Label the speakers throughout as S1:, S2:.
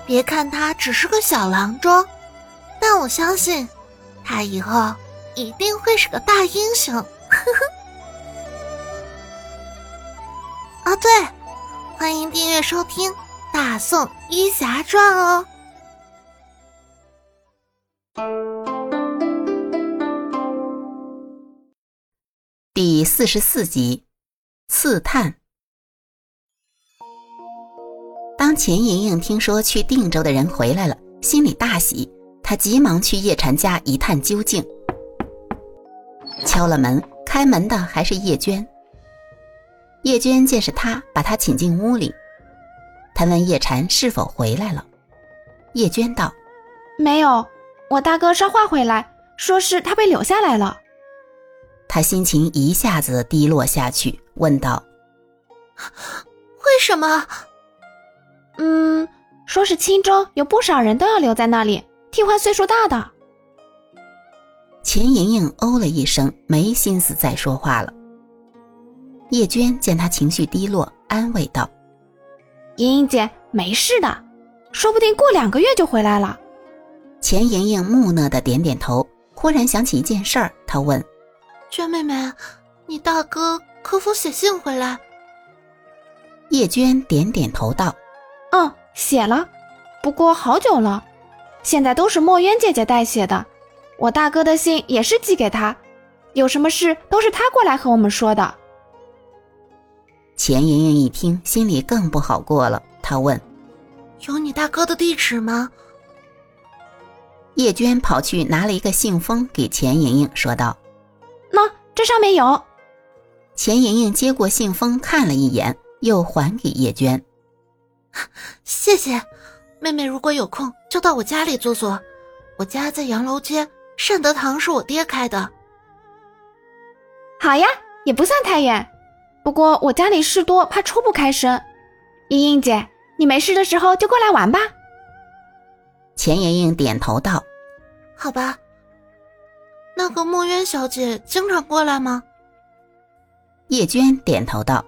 S1: 别看他只是个小郎中，但我相信他以后一定会是个大英雄。呵呵。啊，对，欢迎订阅收听《大宋医侠传》哦。
S2: 第44集，刺探。当钱莹莹听说去定州的人回来了，心里大喜，她急忙去叶禅家一探究竟。敲了门，开门的还是叶娟。叶娟见是她，把她请进屋里。她问叶禅是否回来了。叶娟道：
S3: 没有，我大哥捎话回来，说是他被留下来了。
S2: 她心情一下子低落下去，问道：
S1: 为什么？
S3: 说是青州有不少人都要留在那里，替换岁数大的。
S2: 钱莹莹哦了一声，没心思再说话了。叶娟见她情绪低落，安慰道：
S3: 莹莹姐没事的，说不定过2个月就回来了。
S2: 钱莹莹木讷地点点头，忽然想起一件事儿，她问：
S1: 娟妹妹，你大哥可否写信回来？
S2: 叶娟点点头道：
S3: 写了，不过好久了，现在都是墨渊姐姐代写的，我大哥的信也是寄给他，有什么事都是他过来和我们说的。
S2: 钱莹莹一听，心里更不好过了，她问：
S1: 有你大哥的地址吗？
S2: 叶娟跑去拿了一个信封给钱莹莹，说道：
S3: 那这上面有。
S2: 钱莹莹接过信封看了一眼，又还给叶娟。
S1: 谢谢，妹妹如果有空就到我家里坐坐，我家在洋楼街，善德堂是我爹开的。
S3: 好呀，也不算太远，不过我家里事多，怕抽不开身。莹莹姐，你没事的时候就过来玩吧。
S2: 钱莹莹点头道：
S1: 好吧。那个墨渊小姐经常过来吗？
S2: 叶娟点头道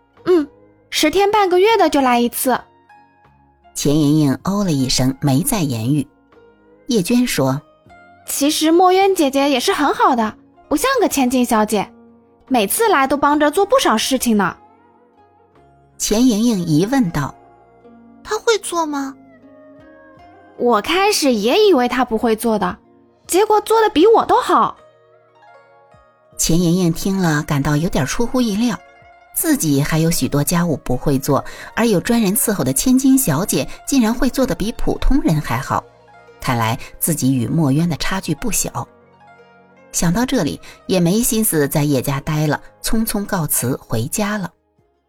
S3: 10天半个月的就来一次。
S2: 钱莹莹哦了一声，没再言语。叶娟说：
S3: 其实墨渊姐姐也是很好的，不像个千金小姐，每次来都帮着做不少事情呢。
S2: 钱莹莹疑问道：
S1: 她会做吗？
S3: 我开始也以为她不会做的，结果做的比我都好。
S2: 钱莹莹听了感到有点出乎意料，自己还有许多家务不会做，而有专人伺候的千金小姐竟然会做得比普通人还好，看来自己与墨渊的差距不小。想到这里，也没心思在叶家待了，匆匆告辞回家了。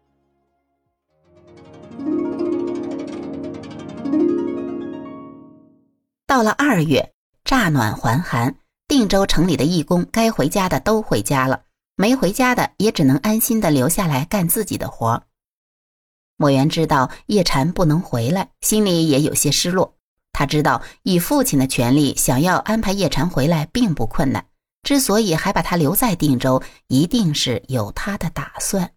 S2: 到了2月，乍暖还寒，定州城里的义工该回家的都回家了，没回家的也只能安心地留下来干自己的活。墨渊知道叶禅不能回来，心里也有些失落。他知道以父亲的权力，想要安排叶禅回来并不困难，之所以还把他留在定州，一定是有他的打算。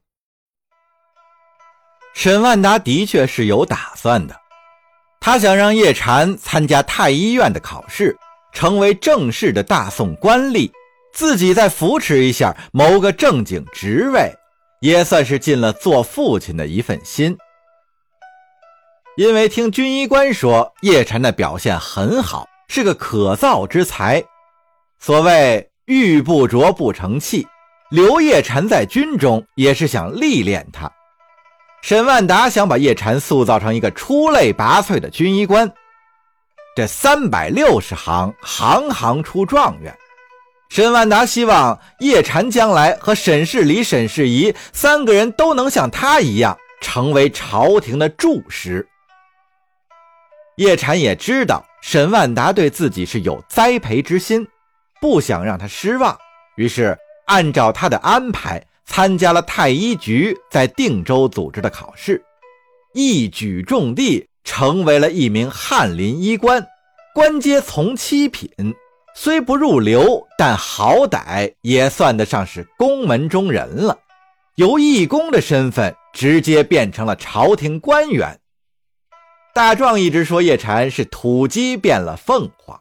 S4: 沈万达的确是有打算的，他想让叶禅参加太医院的考试，成为正式的大宋官吏，自己再扶持一下某个正经职位，也算是尽了做父亲的一份心。因为听军医官说叶禅的表现很好，是个可造之才，所谓玉不琢不成器，留叶禅在军中也是想历练他。沈万达想把叶禅塑造成一个出类拔萃的军医官，这360行，行行出状元。沈万达希望叶禅将来和沈世礼、沈世仪3个人都能像他一样，成为朝廷的柱石。叶禅也知道沈万达对自己是有栽培之心，不想让他失望，于是按照他的安排参加了太医局在定州组织的考试，一举中第，成为了一名翰林医官，官阶从7品，虽不入流，但好歹也算得上是宫门中人了，由义工的身份直接变成了朝廷官员。 大壮一直说叶禅是土鸡变了凤凰。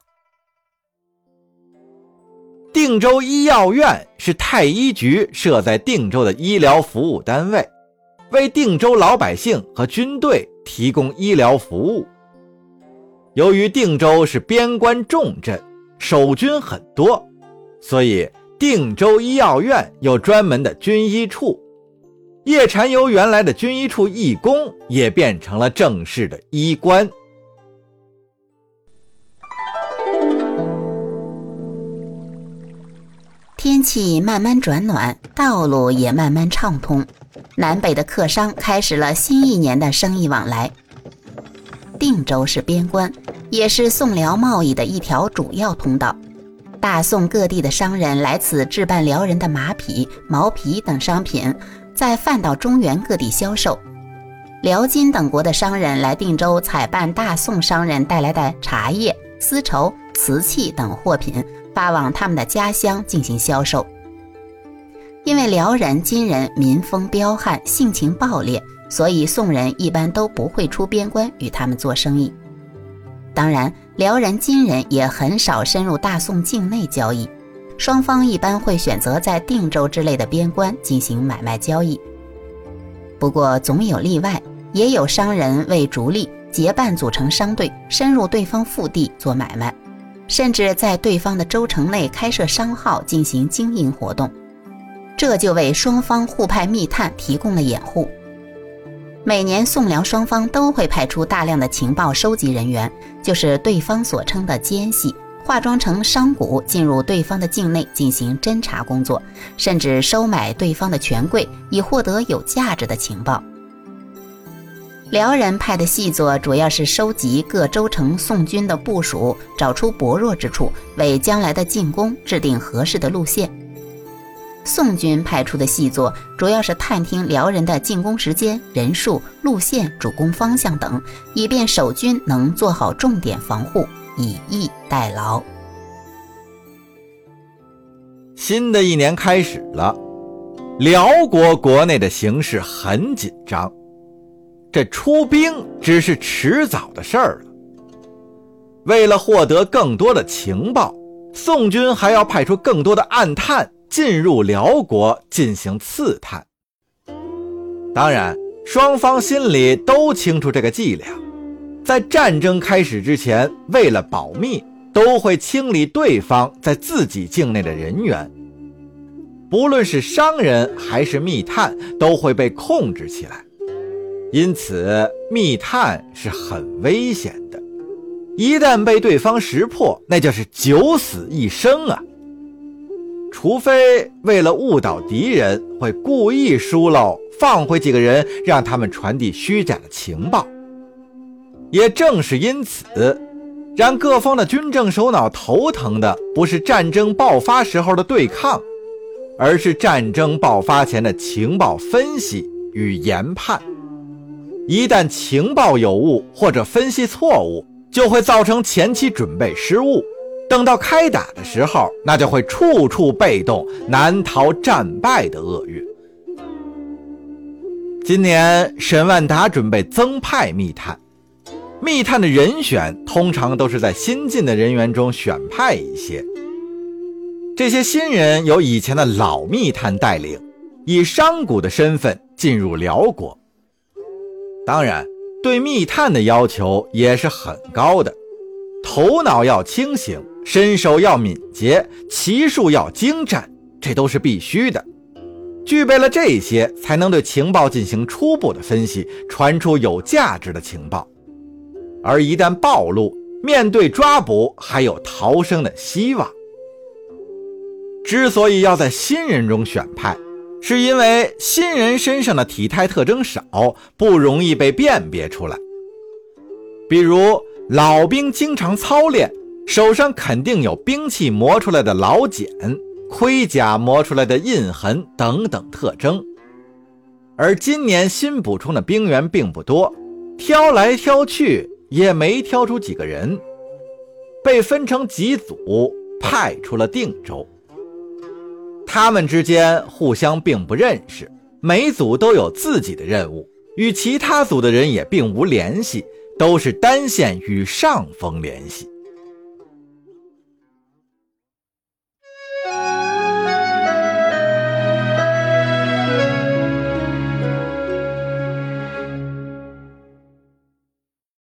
S4: 定州医药院是太医局设在定州的医疗服务单位，为定州老百姓和军队提供医疗服务。由于定州是边关重镇，守军很多，所以定州医药院有专门的军医处。叶禅由原来的军医处义工也变成了正式的医官。
S2: 天气慢慢转暖，道路也慢慢畅通，南北的客商开始了新一年的生意往来。定州是边关，也是宋辽贸易的一条主要通道。大宋各地的商人来此置办辽人的马匹、毛皮等商品，再贩到中原各地销售。辽金等国的商人来定州采办大宋商人带来的茶叶、丝绸、瓷器等货品，发往他们的家乡进行销售。因为辽人、金人民风彪悍，性情暴烈，所以宋人一般都不会出边关与他们做生意。当然，辽人、金人也很少深入大宋境内交易，双方一般会选择在定州之类的边关进行买卖交易。不过总有例外，也有商人为逐利结伴组成商队，深入对方腹地做买卖，甚至在对方的州城内开设商号进行经营活动，这就为双方互派密探提供了掩护。每年宋辽双方都会派出大量的情报收集人员，就是对方所称的奸细，化妆成商贾进入对方的境内进行侦查工作，甚至收买对方的权贵，以获得有价值的情报。辽人派的细作主要是收集各州城宋军的部署，找出薄弱之处，为将来的进攻制定合适的路线。宋军派出的细作主要是探听辽人的进攻时间、人数、路线、主攻方向等，以便守军能做好重点防护，以逸待劳。
S4: 新的一年开始了，辽国国内的形势很紧张，这出兵只是迟早的事儿了。为了获得更多的情报，宋军还要派出更多的暗探进入辽国进行刺探。当然，双方心里都清楚这个伎俩，在战争开始之前，为了保密，都会清理对方在自己境内的人员。不论是商人还是密探，都会被控制起来。因此，密探是很危险的，一旦被对方识破，那就是九死一生啊！除非为了误导敌人，会故意疏漏，放回几个人，让他们传递虚假的情报。也正是因此，让各方的军政首脑头疼的不是战争爆发时候的对抗，而是战争爆发前的情报分析与研判。一旦情报有误或者分析错误，就会造成前期准备失误，等到开打的时候，那就会处处被动，难逃战败的厄运。今年沈万达准备增派密探，密探的人选通常都是在新进的人员中选派一些。这些新人由以前的老密探带领，以商贾的身份进入辽国。当然，对密探的要求也是很高的，头脑要清醒，身手要敏捷，骑术要精湛，这都是必须的。具备了这些，才能对情报进行初步的分析，传出有价值的情报。而一旦暴露，面对抓捕还有逃生的希望。之所以要在新人中选派，是因为新人身上的体态特征少，不容易被辨别出来。比如老兵经常操练，手上肯定有兵器磨出来的老茧，盔甲磨出来的印痕等等特征。而今年新补充的兵员并不多，挑来挑去也没挑出几个人，被分成几组派出了定州。他们之间互相并不认识，每组都有自己的任务，与其他组的人也并无联系， 都是单线与上峰联系。